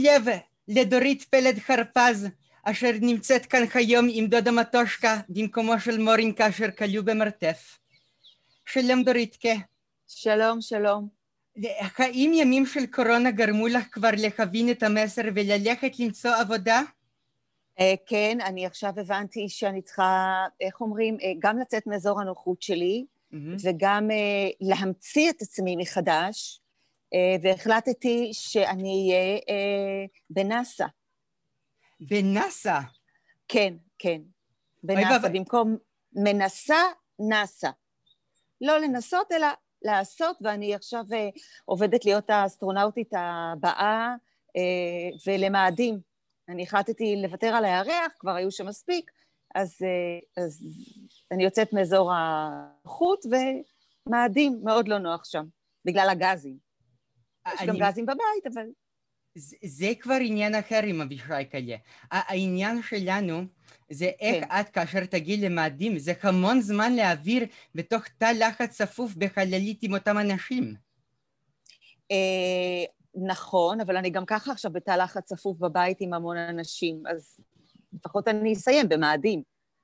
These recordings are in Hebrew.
לב לדורית פלד חרפז, אשר נמצאת כאן היום עם דודה מטושקה, במקומו של מורינקה אשר כלוא במרתף. שלום דוריתקה. שלום, שלום. האם ימים של קורונה גרמו לך כבר להבין את המסר וללכת למצוא עבודה? כן, אני עכשיו הבנתי שאני צריכה, איך אומרים, גם לצאת מאזור הנוחות שלי, וגם להמציא את עצמי מחדש, והחלטתי שאני אהיה בנאסא. בנאסא? כן, כן. בנאסא, במקום מנסה, נאסא. לא לנסות, אלא לעשות, ואני עכשיו עובדת להיות האסטרונאוטית הבאה ולמאדים. אני החלטתי לוותר על הירח, כבר היו שם מספיק, אז אני יוצאת מאזור החוט ומאדים, מאוד לא נוח שם, בגלל הגזים. יש גם גזים בבית, אבל... זה כבר עניין אחר עם אבישי קליה. העניין שלנו זה איך את כאשר תגיעי למאדים, זה המון זמן להעביר בתוך תא לחץ צפוף בחללית עם אותם אנשים. נכון, אבל אני גם ככה עכשיו בתא לחץ צפוף בבית עם המון אנשים, אז לפחות אני אסיים במאדים.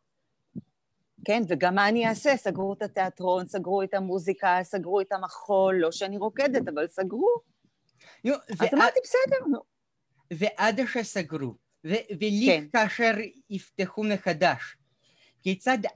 כן, וגם מה אני אעשה? סגרו את התיאטרון, סגרו את המוזיקה, סגרו את המחול, לא שאני רוקדת, אבל סגרו. אז אמרתי, בסדר, נו. ועד שסגרו, וליך כאשר יפתחו מחדש, כיצד את...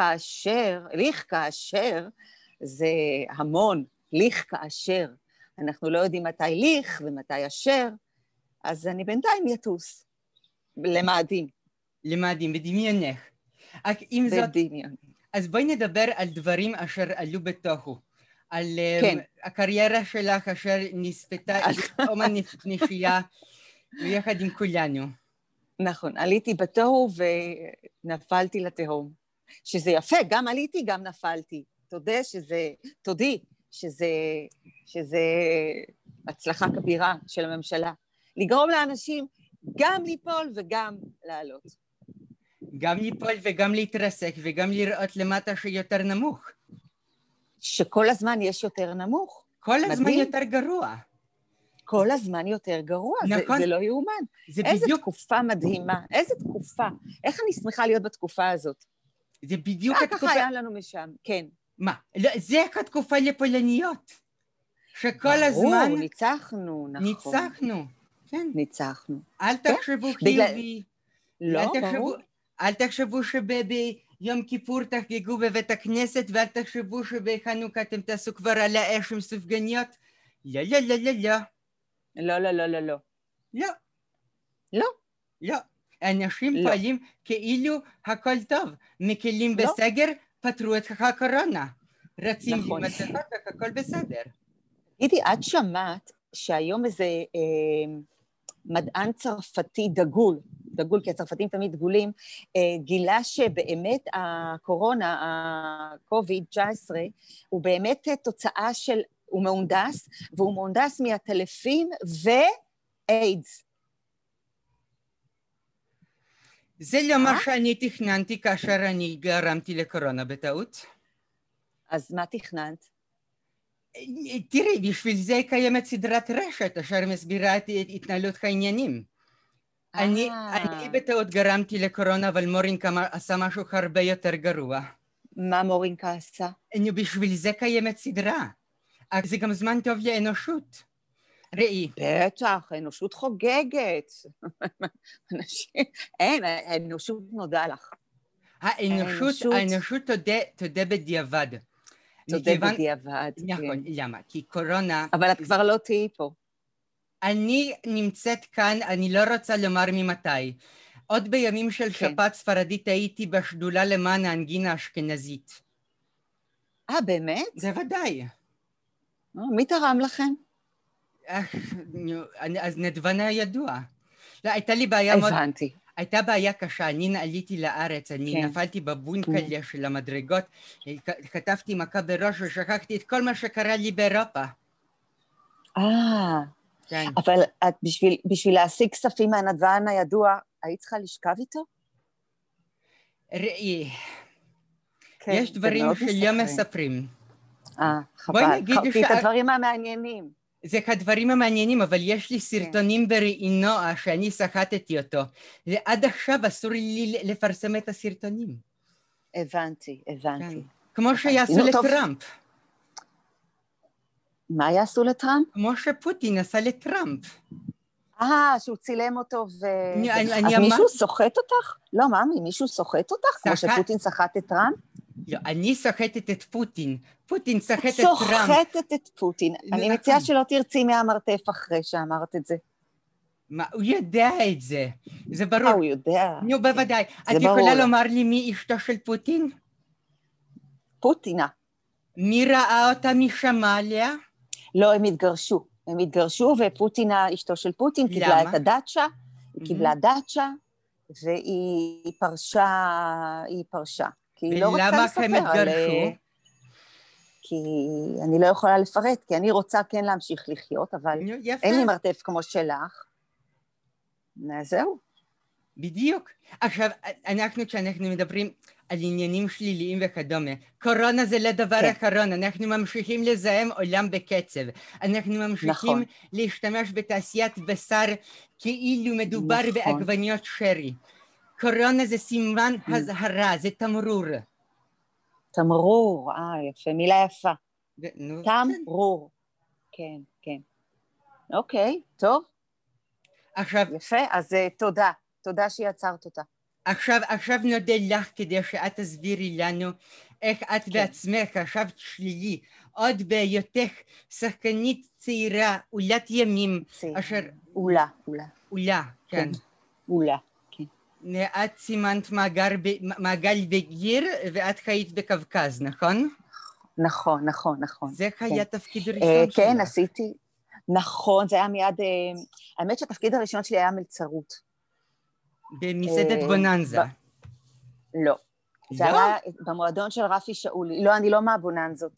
ליך כאשר, זה המון, ליך כאשר. אנחנו לא יודעים מתי ליך ומתי אשר, אז אני בינתיים יטוס, למאדים. למאדים, בדמיונך. בדמיון. אז בואי נדבר על דברים אשר עלו בתוכו. על הקריירה שלך אשר נספתה אומן נשייה ויחד עם כולנו. נכון, עליתי בתוהו ונפלתי לתהום. שזה יפה, גם עליתי, גם נפלתי. תודי שזה הצלחה כבירה של הממשלה. לגרום לאנשים גם ליפול וגם לעלות. גם ליפול וגם להתרסק וגם לראות למטה שיותר נמוך. שכל הזמן יש יותר נמוך. כל הזמן יותר גרוע. כל הזמן יותר גרוע, נכון. זה לא יאומן. איזה תקופה מדהימה, איזה תקופה. איך אני שמחה להיות בתקופה הזאת? זה בדיוק התקופה... ככה היה לנו משם, כן. מה? לא, זה התקופה לפולניות. שכל הזמן... ברור, ניצחנו, נכון. ניצחנו, כן. ניצחנו. אל תחשבו חיובי. לא, ברור. אל תחשבו שביום כיפור תחגגו בבית הכנסת, ואל תחשבו שבחנוכה אתם תעשו כבר על האש עם סופגניות. לא, לא, לא, לא, לא. לא, לא, לא, לא, לא. לא. לא. לא. אנשים פועלים כאילו הכל טוב. מקלים בסגר, פתרו את הקורונה. רצים עם מסכות, הכל בסדר. תגידי, את שמעת שהיום איזה מדען צרפתי דגול, כי הצרפתים תמיד דגולים, גילה שבאמת הקורונה, ה-COVID-19, הוא באמת תוצאה של, הוא מהונדס, והוא מהונדס מהטלפין ואיידס. זה לא מה שאני תכננתי כאשר אני גרמתי לקורונה בטעות. אז מה תכננת? תראי, בשביל זה קיימת סדרת רשת אשר מסבירה את התנהלות העניינים. אני בטעות גרמתי לקורונה, אבל מורינקה עשה משהו הרבה יותר גרוע. מה מורינקה עשה? בשביל זה קיימת סדרה. זה גם זמן טוב לאנושות. ראי. בטח, האנושות חוגגת. אין, האנושות נודע לך. האנושות תודה בדיעבד. תודה בדיעבד. נכון, למה? כי קורונה... אבל את כבר לא תהיי פה. אני נמצאת כאן, אני לא רוצה לומר ממתי. עוד בימים של שפעת ספרדית הייתי בשדולה למען האנגינה האשכנזית. באמת? זה ודאי. מי תרם לכם? אז נדבנה ידוע. לא, הייתה לי בעיה מאוד... הבנתי. הייתה בעיה קשה, אני נעליתי לארץ, אני נפלתי בבונקליה של המדרגות, כתבתי מכה בראש ושכחתי את כל מה שקרה לי באירופה. אבל את בשביל להשיג כספים מהנדבן הידוע, היית צריכה לשכב איתו? ראי, יש דברים שלא מספרים. חבל, כי את הדברים המעניינים. זה הדברים המעניינים, אבל יש לי סרטונים בראינוע שאני סחטתי אותו. ועד עכשיו אסור לי לפרסם את הסרטונים. הבנתי. כמו שיעשו לטראמפ. מה יעשו לטראמפ? כמו שפוטין עשה לטראמפ. שהוא צילם אותו אז מישהו סוחט אותך? לא, מאמי, מישהו סוחט אותך? כמו שפוטין סחט את טראמפ? לא, אני סוחטת את פוטין. פוטין סוחט את טראמפ. סוחטת את פוטין. אני מציעה שלא תרצי מהמרתף אחרי שאמרת את זה. מה, הוא יודע את זה. זה ברור. הוא יודע. נו, בוודאי. את יכולה לומר לי מי אשתו של פוטין? פוטינה. מי ראה אותה, מי שמע עליה? לא, הם התגרשו, ופוטינה, אשתו של פוטין, קיבלה את הדאצ'ה, היא קיבלה דאצ'ה, והיא פרשה. כי היא לא רוצה לספר הם התגרשו? כי אני לא יכולה לפרט, כי אני רוצה כן להמשיך לחיות, אבל אין לי מרתף כמו שלך. זהו. בדיוק. עכשיו, כשאנחנו מדברים על עניינים שליליים וכדומה, קורונה זה לא דבר אחרון, אנחנו ממשיכים לזהם עולם בקצב, אנחנו ממשיכים להשתמש בתעשיית בשר כאילו מדובר בעגבניות שרי. קורונה זה סימן הזהרה, זה תמרור. תמרור, יפה, מילה יפה. תמרור. כן. אוקיי, טוב. עכשיו... יפה, אז תודה שיצרת אותה. עכשיו נודה לך כדי שאת תסבירי לנו איך את בעצמך חשבת שלילי, עוד בהיותך שחקנית צעירה, עולת ימים, אשר... עולה, כן. עולה, כן. את סימנת מעגל בגיר ואת חיית בקווקז, נכון? נכון. זה היה תפקיד ראשון שלך. כן, עשיתי. נכון, זה היה מיד... האמת שהתפקיד הראשון שלי היה מלצרות. במסעדת בוננזה. לא. זה היה במועדון של רפי שאולי. לא, אני לא מהבוננזות.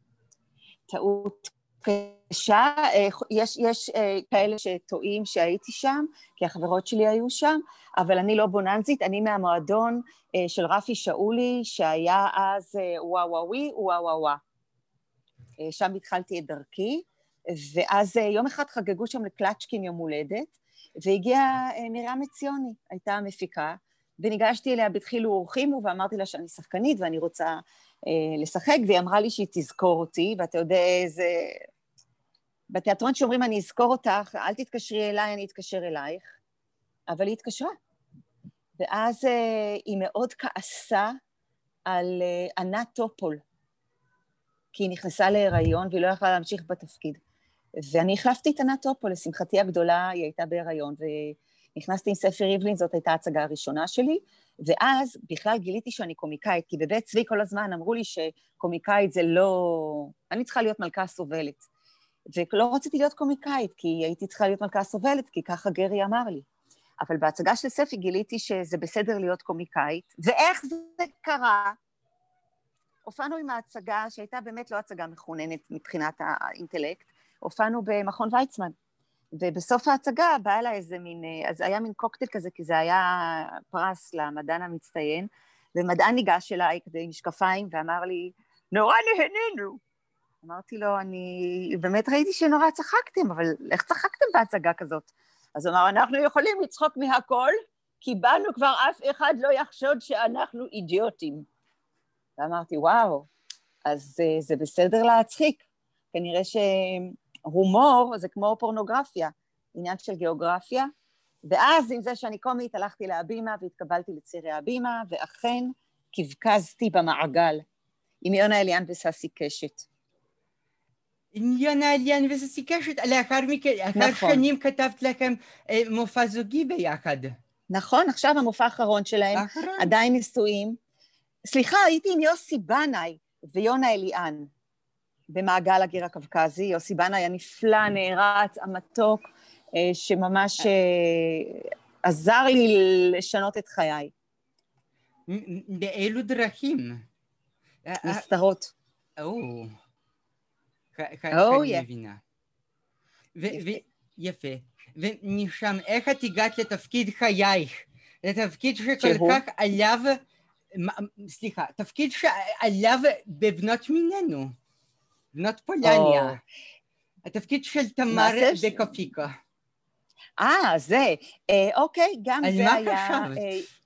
טעות קשה. יש כאלה שטועים שהייתי שם, כי החברות שלי היו שם, אבל אני לא בוננזית, אני מהמועדון של רפי שאולי, שהיה אז וואווה. שם התחלתי את דרכי, ואז יום אחד חגגו שם לקלצ'קין יום הולדת, והגיעה מרים עציוני, הייתה המפיקה, וניגשתי אליה בתחילו אורחימו, ואמרתי לה שאני שחקנית ואני רוצה לשחק, והיא אמרה לי שהיא תזכור אותי, ואתה יודע איזה... בתיאטרון שאומרים אני אזכור אותך, אל תתקשרי אליי, אני אתקשר אלייך, אבל היא התקשרה. ואז היא מאוד כעסה על ענת טופול, כי היא נכנסה להיריון והיא לא יכלה להמשיך בתפקיד. ואני החלפתי את ענת טופול, לשמחתי הגדולה, היא הייתה בהיריון, ונכנסתי עם ספר ריבלין, זאת הייתה ההצגה הראשונה שלי, ואז בכלל גיליתי שאני קומיקאית, כי בבית צבי כל הזמן אמרו לי שקומיקאית זה לא... אני צריכה להיות מלכה סובלת. ולא רציתי להיות קומיקאית, כי הייתי צריכה להיות מלכה סובלת, כי ככה גרי אמר לי. אבל בהצגה של ספי גיליתי שזה בסדר להיות קומיקאית, ואיך זה קרה? הופענו עם ההצגה, שהייתה באמת לא הצגה מכוננת מבחינת האינטלקט, הופענו במכון ויצמן, ובסוף ההצגה באה לה איזה מין, אז היה מין קוקטייל כזה, כי זה היה פרס למדען המצטיין, ומדען ניגש אליי כדי משקפיים, ואמר לי, נורא נהנינו. אמרתי לו, אני באמת ראיתי שנורא צחקתם, אבל איך צחקתם בהצגה כזאת? אז הוא אמר, אנחנו יכולים לצחוק מהכל, כי בנו כבר אף אחד לא יחשוד שאנחנו אידיוטים. ואמרתי, וואו, אז זה בסדר להצחיק. כנראה שהומור זה כמו פורנוגרפיה, עניין של גיאוגרפיה, ואז עם זה שאני קומית הלכתי להבימה והתקבלתי לצירי הבימה, ואכן קבקזתי במעגל עם יונה אליאן וססי קשת. עם יונה אליאן וססי קשת, לאחר מכן, אחר שנים כתבת לכם מופע זוגי ביחד. נכון, עכשיו המופע האחרון שלהם, עדיין נישואים. סליחה, הייתי עם יוסי בנאי ויונה אליאן. במעגל הגיר הקווקזי, יוסי בנאי היה נפלא, נערץ, המתוק, שממש עזר לי לשנות את חיי. באילו דרכים? נסתרות. אני מבינה. יפה. ומשם, איך את הגעת לתפקיד חייך? לתפקיד שכל כך עליו, סליחה, תפקיד שעליו בבנות מיננו. בנות פולניה. התפקיד של תמר בקופיקה. זה. אוקיי, גם על זה מה היה... חשבת?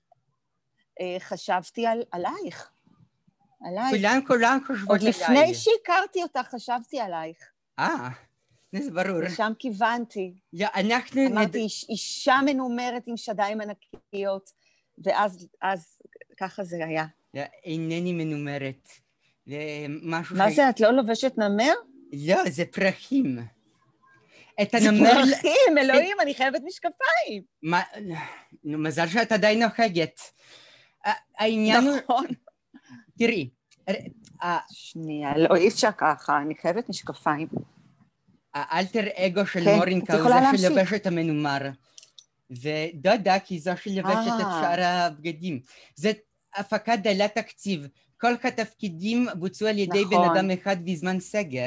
חשבתי עלייך. כולן חושבות עוד עליי. לפני שהכרתי אותך, חשבתי עלייך. זה ברור. ושם כיוונתי. אנחנו... אמרתי, אישה מנומרת עם שדיים ענקיות, ואז ככה זה היה. אינני מנומרת. מה זה, את לא לובשת נמר? לא, זה פרחים. זה פרחים, אלוהים, אני חייבת משקפיים. מזל שאת עדיין נוחגת. העניין הוא... נכון. תראי. שנייה, לא, אי אפשר ככה, אני חייבת משקפיים. האלטר אגו של מורינקה הוא זה שלובש את המנומר. ודודה כי זו שלובשת את שאר הבגדים. זה הפקה דלת תקציב. כל התפקידים בוצעו על ידי בן אדם אחד בזמן סגר.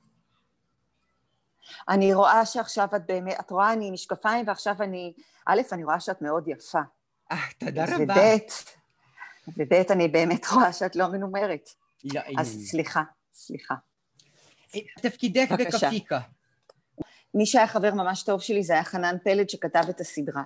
אני רואה שעכשיו את באמת, את רואה אני משקפיים ועכשיו אני רואה שאת מאוד יפה. תודה רבה. ובית אני באמת רואה שאת לא מנומרת. לא, אז סליחה. תפקידך בקופיקה. מי שהיה חבר ממש טוב שלי זה היה חנן פלד שכתב את הסדרה.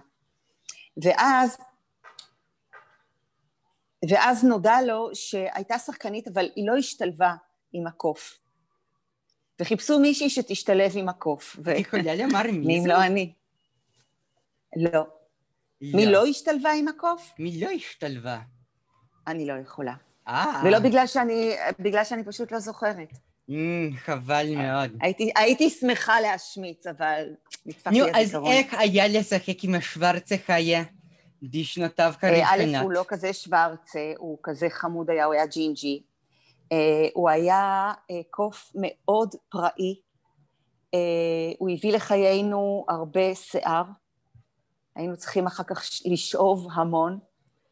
ואז נודע לו שהייתה שחקנית אבל היא לא השתלבה עם הקוף. וחיפשו מישהי שתשתלב עם הקוף. היא יכולה לומר מי זה? לא אני. לא. מי לא השתלבה עם הקוף? מי לא השתלבה? אני לא יכולה. ולא בגלל שאני פשוט לא זוכרת. חבל מאוד. הייתי שמחה להשמיץ, אבל נדפק לי הזיכרון. אז איך היה לשחק עם השוורצה חיה בשנותיו כראשונות? הוא לא כזה שוורצה, הוא כזה חמוד היה, הוא היה ג'ינג'י. הוא היה קוף מאוד פראי, הוא הביא לחיינו הרבה שיער, היינו צריכים אחר כך לשאוב המון,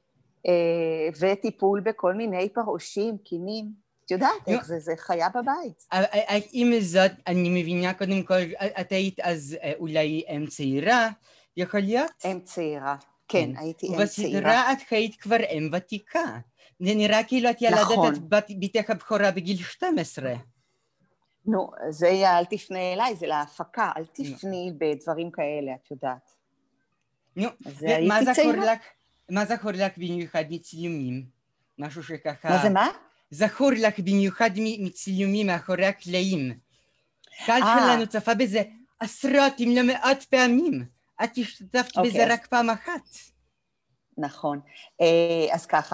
וטיפול בכל מיני פרעושים, קינים, את יודעת איך זה חיה בבית. עם זאת, אני מבינה קודם כל, את היית אז אולי אם צעירה, יכול להיות? אם צעירה, כן, הייתי אם צעירה. ובסדרה את היית כבר אם ותיקה. זה נראה כאילו את ילדת את בתך הבכורה בגיל 12. נו, זה אל תפנה אליי, זה להפקה, אל תפני בדברים כאלה, את יודעת. נו, מה זכור לך במיוחד מצילומים? משהו שככה... מה זה מה? זכור לך במיוחד מצילומים מאחורי הקלעים. קהל שלנו צפה בזה עשרות אם לא מאות פעמים. את השתתפת בזה רק פעם אחת. נכון. אז ככה,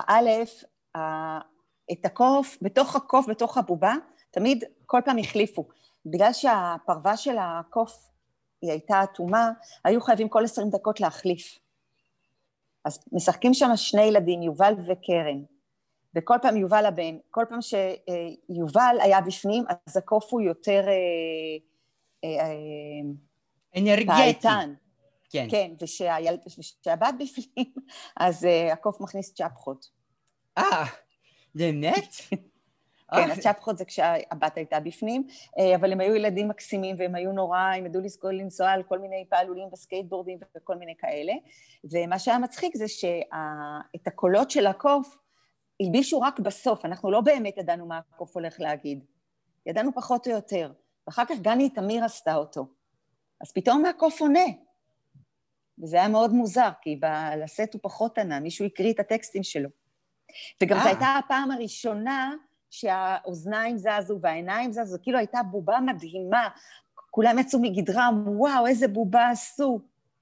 את הקוף, בתוך הבובה, תמיד כל פעם החליפו. בגלל שהפרווה של הקוף היא הייתה אטומה, היו חייבים כל 20 דקות להחליף. אז משחקים שם שני ילדים, יובל וקרן. וכל פעם יובל הבן, כל פעם שיובל היה בפנים, אז הקוף הוא יותר אנרגטי. כן, ושהבת בפנים, אז הקוף מכניס צ'פחות. באמת? כן, הצ'פחות זה כשהבת הייתה בפנים, אבל הם היו ילדים מקסימים, והם היו נורא, הם ידעו לנסוע על כל מיני פעלולים בסקייטבורדים וכל מיני כאלה, ומה שהיה מצחיק זה שאת הקולות של הקוף, הלבישו רק בסוף, אנחנו לא באמת ידענו מה הקוף הולך להגיד, ידענו פחות או יותר, ואחר כך גני תמיר עשתה אותו, אז פתאום הקוף עונה, וזה היה מאוד מוזר, כי לסט הוא פחות ענה, מישהו הקריא את הטקסטים שלו, וגם זו הייתה הפעם הראשונה שהאוזניים זזו והעיניים זזו, כאילו הייתה בובה מדהימה, כולם יצאו מגדרם, וואו, איזה בובה עשו,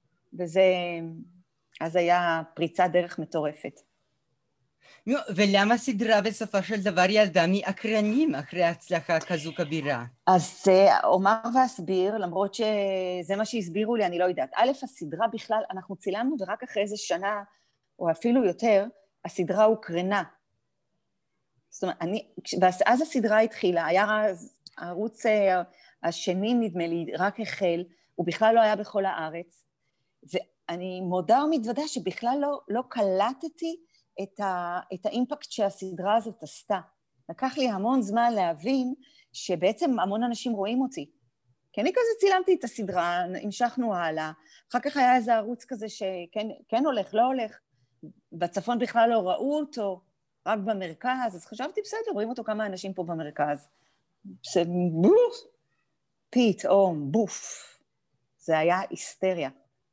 אז היה פריצת דרך מטורפת. ולמה סדרה בסופו של דבר ילדה מאקרנים אחרי הצלחה כזו כבירה? אז אומר ואסביר, למרות שזה מה שהסבירו לי, אני לא יודעת. א', הסדרה בכלל, אנחנו צילמנו ורק אחרי איזה שנה, או אפילו יותר, הסדרה הוקרנה. זאת אומרת, אז הסדרה התחילה, היה הערוץ השני נדמה לי, רק החל, הוא בכלל לא היה בכל הארץ, ואני מודה ומתוודה שבכלל לא קלטתי את האימפקט שהסדרה הזאת עשתה. לקח לי המון זמן להבין שבעצם המון אנשים רואים אותי. כי אני כזה צילמתי את הסדרה, המשכנו הלאה, אחר כך היה איזה ערוץ כזה שכן הולך, לא הולך, בצפון בכלל לא ראו אותו, רק במרכז, אז חשבתי בסדר, רואים אותו כמה אנשים פה במרכז. פתאום, בוף, זה היה היסטריה.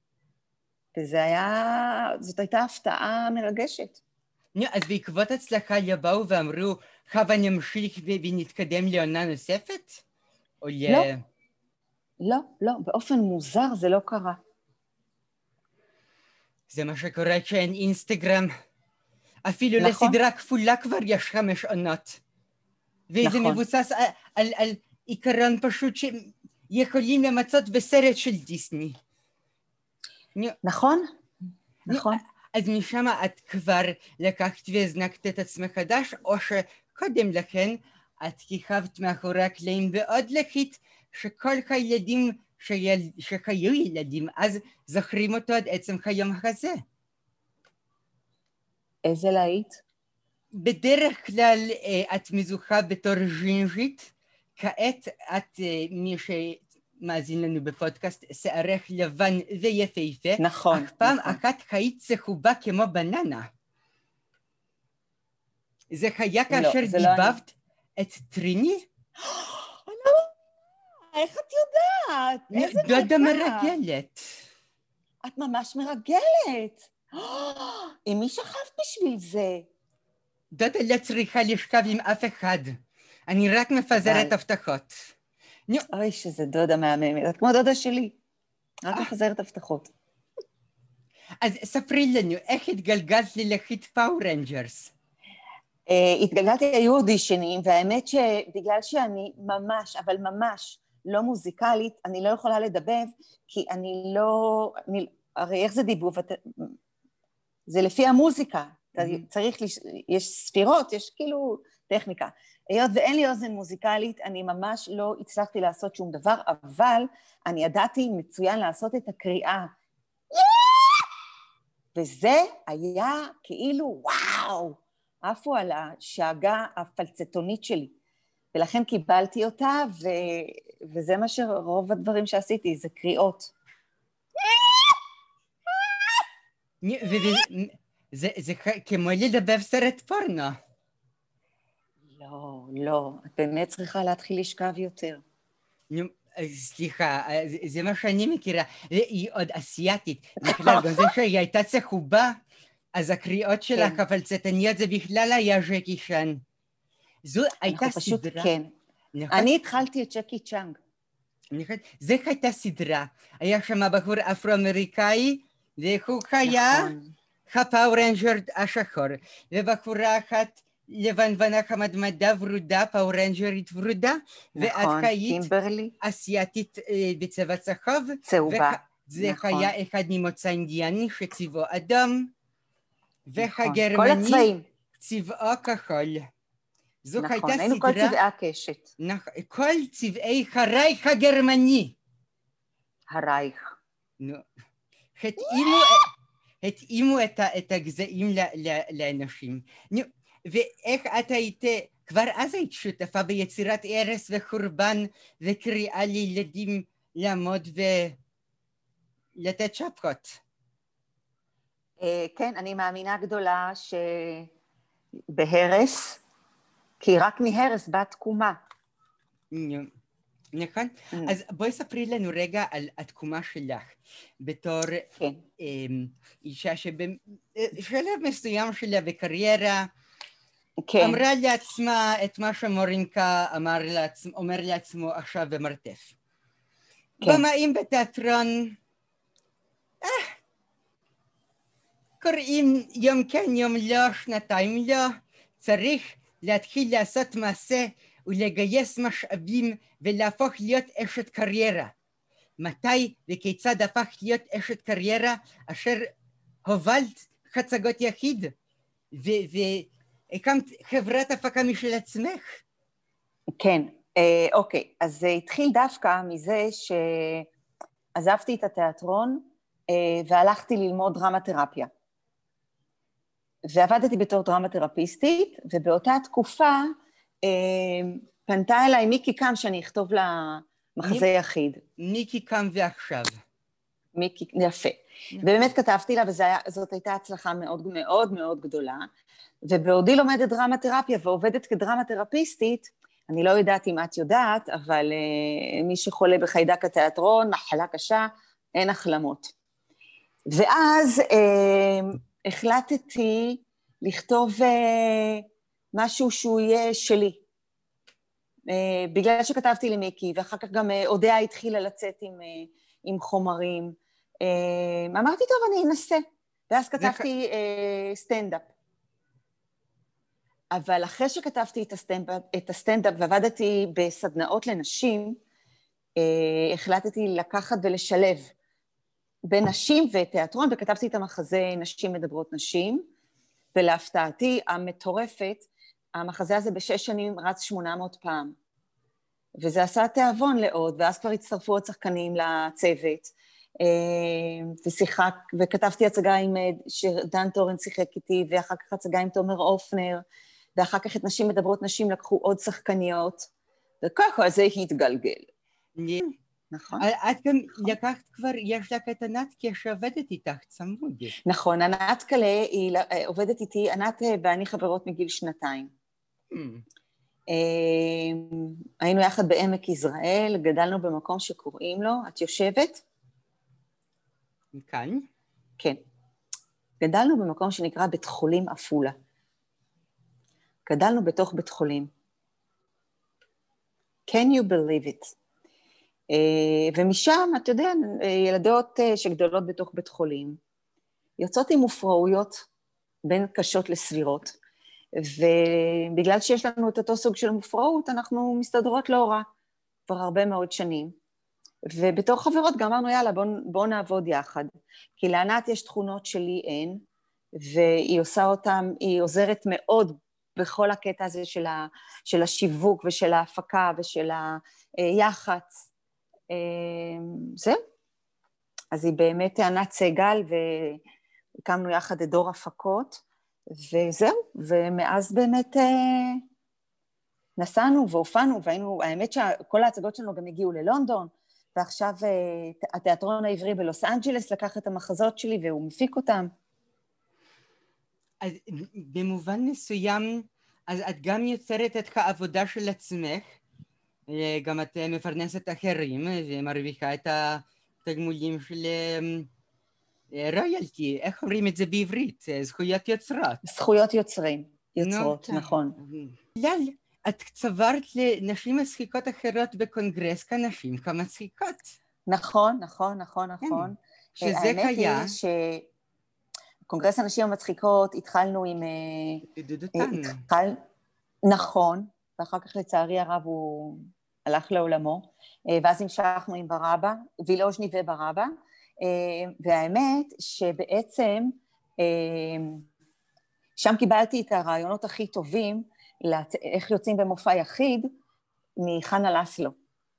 זאת הייתה הפתעה מרגשת. אז בעקבות הצלחה יבואו ואמרו, חווה נמשיך ונתקדם לעונה נוספת? לא, באופן מוזר זה לא קרה. זה מה שקורה כשאין אינסטגרם. אפילו לסדרה כפולה כבר יש 5 עונות. וזה מבוסס על עיקרון פשוט שיכולים למצות בסרט של דיסני. נכון. אז משם את כבר לקחת והזנקת את עצמך חדש, או שקודם לכן את כיכבת מאחורי הקלעים ועוד לחית שכל הילדים שחיו ילדים אז זוכרים אותו עד עצם היום הזה. איזה להיט? בדרך כלל את מזוכה בתור ז'ינג'ית, כעת את מי שמאזין לנו בפודקאסט שערך לבן ויפהפה, נכון. אך פעם אחת היית צהובה כמו בננה. זה היה כאשר דיבבת את טריני? איך את יודעת? איזה דודה מרגלת. את ממש מרגלת. עם מי שכבת בשביל זה? דודה לא צריכה לשכב עם אף אחד. אני רק מפזרת הבטחות. אוי, שזה דודה מהממת. את כמו דודה שלי. רק מפזרת הבטחות. אז ספרי לנו, איך התגלגלת ללהיט פאוור רנג'רס? התגלגלתי, היו אודישנים, והאמת שבגלל שאני ממש, אבל ממש לא מוזיקלית, אני לא יכולה לדבב, כי אני לא... הרי איך זה דיבוב? זה לפי המוזיקה. יש ספירות, יש כאילו טכניקה. היות ואין לי אוזן מוזיקלית, אני ממש לא הצלחתי לעשות שום דבר, אבל אני ידעתי מצוין לעשות את הקריאה. וזה היה כאילו וואו, עפו על השאגה הפלצטונית שלי. ולכן קיבלתי אותה, וזה מה שרוב הדברים שעשיתי, זה קריאות. זה כמו לדבב סרט פורנו. לא, את באמת צריכה להתחיל לשכב יותר. סליחה, זה מה שאני מכירה, היא עוד אסיאתית, בכלל גם זה שהיא הייתה צהובה, אז הקריאות שלך הפלצתניות זה בכלל היה ז'קי צ'אן. זו הייתה סדרה. כן, אני התחלתי את ג'קי צ'אנג. זה הייתה סדרה, היה שם בחור אפרו-אמריקאי, והוא היה הפאוור רנג'ר השחור, ובחורה אחת לבנוונה חמדמדה ורודה, פאוור רנג'רית ורודה, ואת היית אסיאתית בצבע צהוב, צהובה. זה היה אחד ממוצא אינדיאני שצבעו אדום, והגרמני צבעו כחול. נכון, היינו כל צבעי הקשת. כל צבעי הרייך הגרמני. הרייך. התאימו את הגזעים לאנשים. ואיך את היית, כבר אז היית שותפה ביצירת הרס וחורבן וקריאה לילדים לעמוד ולתת שפחות. כן, אני מאמינה גדולה שבהרס, כי רק מהרס באה תקומה. נכון? אז בואי ספרי לנו רגע על התקומה שלך, בתור אישה שבשלב מסוים שלה בקריירה, אמרה לעצמה את מה שמורינקה אומר לעצמו עכשיו במרתף. במאים בתיאטרון, קוראים יום כן יום לא, שנתיים לא, צריך להתחיל לעשות מעשה ולגייס משאבים ולהפוך להיות אשת קריירה. מתי וכיצד הפכת להיות אשת קריירה אשר הובלת חצגות יחיד והקמת חברת הפקה משל עצמך? כן, אוקיי. אז זה התחיל דווקא מזה שעזבתי את התיאטרון והלכתי ללמוד דרמה-תרפיה. ועבדתי בתור דרמה-תרפיסטית, ובאותה תקופה פנתה אליי מיקי קם שאני אכתוב לה מחזה יחיד. מיקי קם ועכשיו. מיקי, יפה. ובאמת כתבתי לה, וזאת הייתה הצלחה מאוד מאוד מאוד גדולה, ובעודי לומדת דרמה-תרפיה ועובדת כדרמה-תרפיסטית, אני לא יודעת אם את יודעת, אבל מי שחולה בחיידק התיאטרון, מחלה קשה, אין החלמות. ואז החלטתי לכתוב משהו שהוא יהיה שלי. בגלל שכתבתי למיקי, ואחר כך גם אודיה התחילה לצאת עם חומרים. אמרתי, טוב, אני אנסה. ואז כתבתי סטנדאפ. אבל אחרי שכתבתי את הסטנדאפ ועבדתי בסדנאות לנשים, החלטתי לקחת ולשלב בין נשים ותיאטרון, וכתבתי את המחזה נשים מדברות נשים, ולהפתעתי המטורפת, המחזה הזה ב6 שנים רץ 800 פעם. וזה עשה תיאבון לעוד, ואז כבר הצטרפו עוד שחקנים לצוות, וכתבתי הצגה עם שדן טורן שיחק איתי, ואחר כך הצגה עם תומר אופנר, ואחר כך את נשים מדברות נשים לקחו עוד שחקניות, וככה זה התגלגל. נכון. את גם לקחת כבר, יש לך את ענת שעובדת איתך צמוד. נכון, ענת קלה היא עובדת איתי, ענת ואני חברות מגיל 2. היינו יחד בעמק יזרעאל, גדלנו במקום שקוראים לו, את יושבת? כאן? כן. גדלנו במקום שנקרא בית חולים עפולה. גדלנו בתוך בית חולים. Can you believe it? ומשם, אתה יודע, ילדות שגדולות בתוך בית חולים, יוצאות עם מופרעויות בין קשות לסבירות, ובגלל שיש לנו את אותו סוג של מופרעות, אנחנו מסתדרות לא רע, כבר הרבה מאוד שנים. ובתור חברות גם אמרנו, יאללה, בוא נעבוד יחד. כי לענת יש תכונות שלי אין, והיא עושה אותם, היא עוזרת מאוד בכל הקטע הזה של השיווק ושל ההפקה ושל היח"צ. זהו. אז היא באמת ענת סגל, והקמנו יחד את דור הפקות, וזהו. ומאז באמת נסענו והופענו, והיינו, האמת שכל ההצגות שלנו גם הגיעו ללונדון, ועכשיו התיאטרון העברי בלוס אנג'לס לקח את המחזות שלי והוא מפיק אותם. אז במובן מסוים, אז את גם יוצרת את העבודה של עצמך, גם את מפרנסת אחרים ומרוויחה את התגמולים של רויאלטי, איך אומרים את זה בעברית? זכויות יוצרות. זכויות יוצרות, נכון. ליאל, את צברת לנשים מצחיקות אחרות בקונגרס כנשים כמצחיקות. נכון. שזה קיים. האמת היא שקונגרס הנשים המצחיקות התחלנו עם... נכון, ואחר כך לצערי הרב הוא הלך לעולמו, ואז המשכנו עם ברבא, וילוז'ני וברבא, והאמת שבעצם שם קיבלתי את הרעיונות הכי טובים, איך יוצאים במופע יחיד, מחנה לסלו.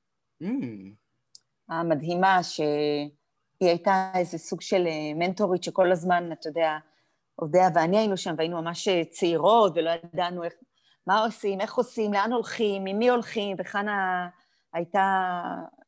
המדהימה שהיא הייתה איזה סוג של מנטורית שכל הזמן, אתה יודע, אודיה ואני היינו שם, והיינו ממש צעירות, ולא ידענו מה עושים, איך עושים, לאן הולכים, עם מי הולכים, וחנה הייתה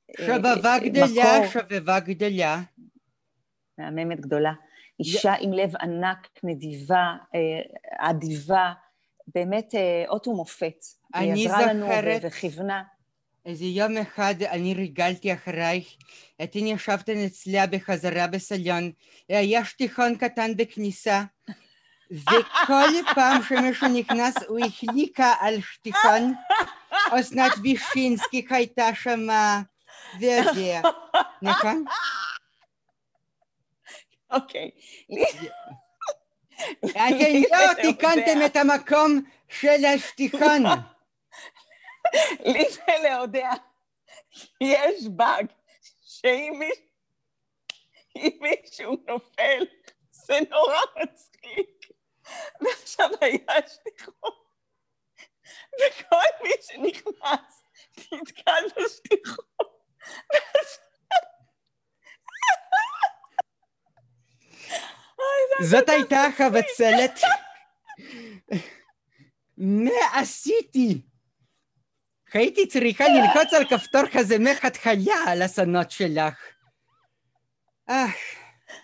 שבבה גדלה. מהממת גדולה. אישה עם לב ענק, נדיבה, אדיבה, באמת אות ומופת. היא עזרה לנו וכיוונה. איזה יום אחד אני ריגלתי אחרייך, אתן ישבתן אצלה בחזרה בסלון, היה שטיחון קטן בכניסה, וכל פעם שמישהו נכנס הוא החליקה על שטיחון, אסנת וישינסקי הייתה שמה, וזה, נכון? אוקיי. אתם לא תיקנתם את המקום של השטיחון. לי ולהודע, יש באג, שאם מישהו נופל, זה נורא מצחיק. ועכשיו היה שטיחון, וכל מי שנכנס, נתקל בשטיחון. זאת הייתה החבצלת. מה עשיתי? הייתי צריכה ללחוץ על כפתור כזה מההתחלה על הסנות שלך.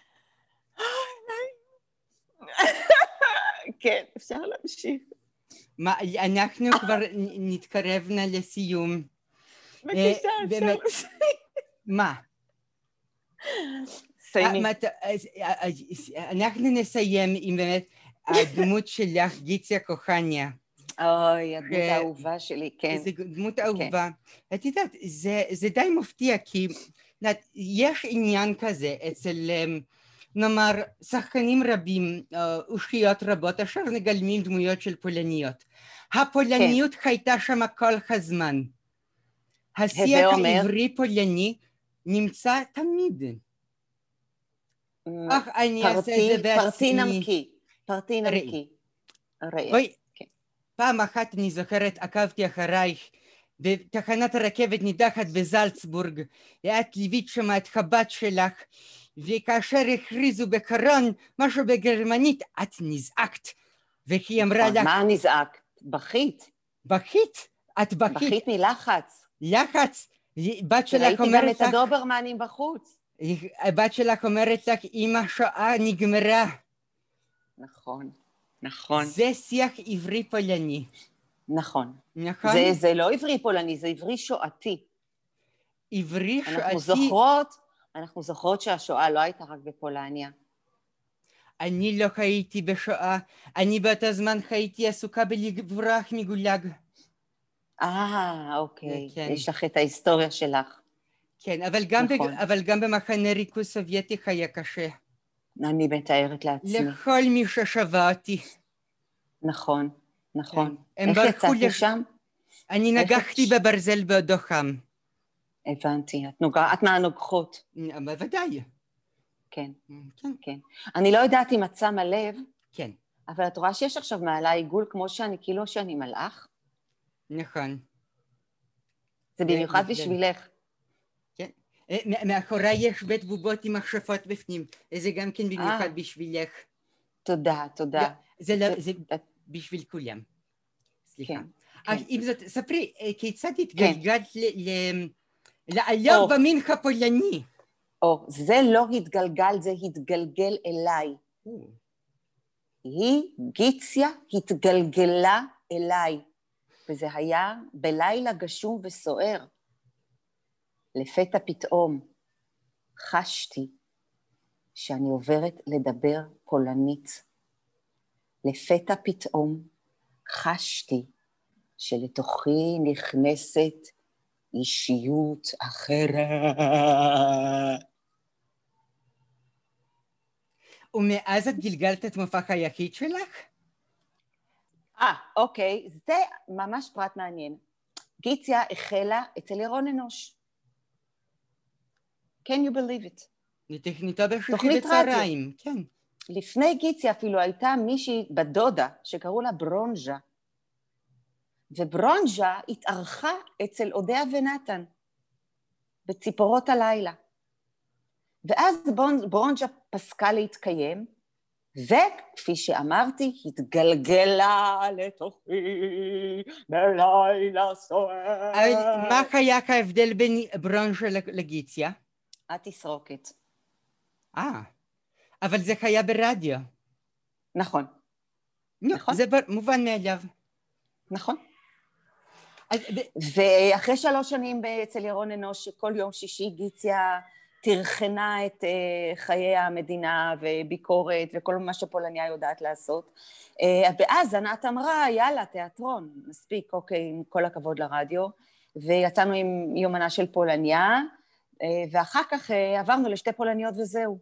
כן, אפשר להמשיך. אנחנו כבר נתקרבנה לסיום. בבקשה, אפשר. מה? סיימי. אנחנו נסיים עם באמת הדמות שלך, גיציה כוחניה. אוי, הדמות האהובה שלי, כן. זו דמות אהובה. את יודעת, זה די מפתיע, כי יש עניין כזה אצל, נאמר, שחקנים רבים, אושיות רבות, אשר מגלמים דמויות של פולניות. הפולניות הייתה שם כל הזמן. השיח העברי-פולני נמצא תמיד. אך אני אעשה את זה בעצמי. פרטי נמקי. בואי, פעם אחת אני זוכרת, עקבתי אחרייך בתחנת הרכבת נידחת בזלצבורג, את ליווית שם את הבת שלך, וכאשר הכריזו בקרון משהו בגרמנית, את נזעקת, והיא אמרה לך... מה נזעקת? בכית. בכית? את בכית? בכית מלחץ. לחץ? בת שלך אומרת לך... ראיתי גם את הדוברמנים בחוץ. הבת שלך אומרת לך, אמא, השואה נגמרה. נכון, נכון. זה שיח עברי פולני. נכון. נכון? זה לא עברי פולני, זה עברי שואתי. עברי שואתי... אנחנו זוכרות שהשואה לא הייתה רק בפולניה. אני לא הייתי בשואה, אני באותו זמן הייתי עסוקה בלברוח מגולג. אוקיי, כן. יש לך את ההיסטוריה שלך. כן, אבל גם במחנה ריכוז סובייטי היה קשה. אני מתארת לעצמי. לכל מי ששווה אותי. נכון, נכון. כן. איך יצאת לשם? אני נגחתי בברזל בעודו חם. הבנתי, את מהנוגחות. בוודאי. כן, כן, כן. אני לא יודעת אם את שמה לב, כן. אבל את רואה שיש עכשיו מעלה עיגול כמו שאני, כאילו שאני מלאך? נכון. זה במיוחד בשבילך. כן. מאחורי יש בית בובות עם מכשפות בפנים, זה גם כן במיוחד בשבילך. תודה, תודה. זה בשביל כולם. סליחה. עם זאת, ספרי, כיצד התגלגלת לעלייה במין הפולני? זה לא התגלגל, זה התגלגל אליי. גיציה התגלגלה אליי, וזה היה בלילה גשום וסוער. לפתע פתאום חשתי שאני עוברת לדבר פולנית. לפתע פתאום חשתי שלתוכי נכנסת אישיות אחרת. ומאז את גלגלת את מופע היחיד שלך? אוקיי, זה ממש פרט מעניין. גיציה החלה אצל ירון אנוש. Can you believe it? לתכניתו בשישי בצהריים, כן. לפני גיציה אפילו הייתה מישהי בדודה שקראו לה ברונז'ה. וברונז'ה התארחה אצל אודיה ונתן, בציפורות הלילה. ואז ברונז'ה פסקה להתקיים, וכפי שאמרתי, התגלגלה לתוכי בלילה סוער. מה היה ההבדל בין ברונז'ה לגיציה? את תסרוקת. אבל זה היה ברדיו. נכון. זה מובן מאליו. נכון. ואחרי 3 שנים אצל ירון אנוש, כל יום שישי גיציה תרחנה את חיי המדינה וביקורת וכל מה שפולניה יודעת לעשות. ואז ענת אמרה, יאללה, תיאטרון, מספיק, אוקיי, עם כל הכבוד לרדיו. ויצאנו עם יומנה של פולניה, ואחר כך עברנו ל2 פולניות וזהו.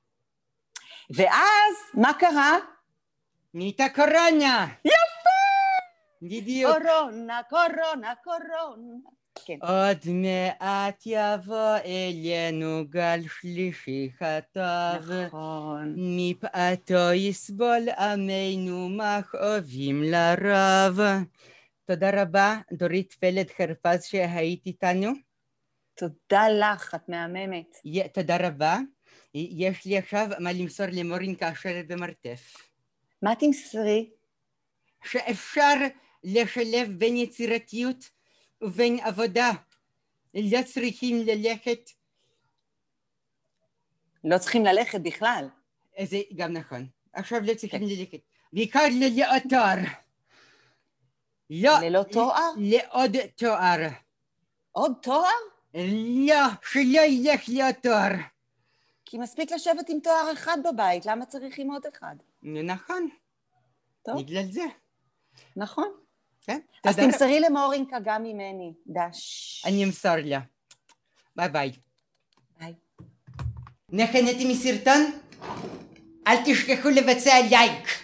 ואז, מה קרה? נהייתה קורונה! יפה! בדיוק. קורונה. כן. עוד מעט יבוא אלינו גל שלישי הטוב. נכון. מפעתו יסבול עמנו מכאובים לרוב. תודה רבה, דורית פלד חרפז שהיית איתנו. תודה לך, את מהממת. תודה רבה. יש לי עכשיו מה למסור למורין כאשר במרתף. מה תמסרי? שאפשר לשלב בין יצירתיות ובין עבודה. לא צריכים ללכת. לא צריכים ללכת בכלל. זה גם נכון. עכשיו לא צריכים ללכת. בעיקר לאתר. לא. ללא תואר? לעוד תואר. עוד תואר? לא, שלא ילך להיות תואר. כי מספיק לשבת עם תואר אחד בבית, למה צריך עם עוד אחד? נכון. טוב. בגלל זה. נכון. כן? אז תמסרי למורינקה גם ממני, דש. אני אמסור לה. ביי ביי. ביי. נהניתם מסרטון? אל תשכחו לבצע לייק.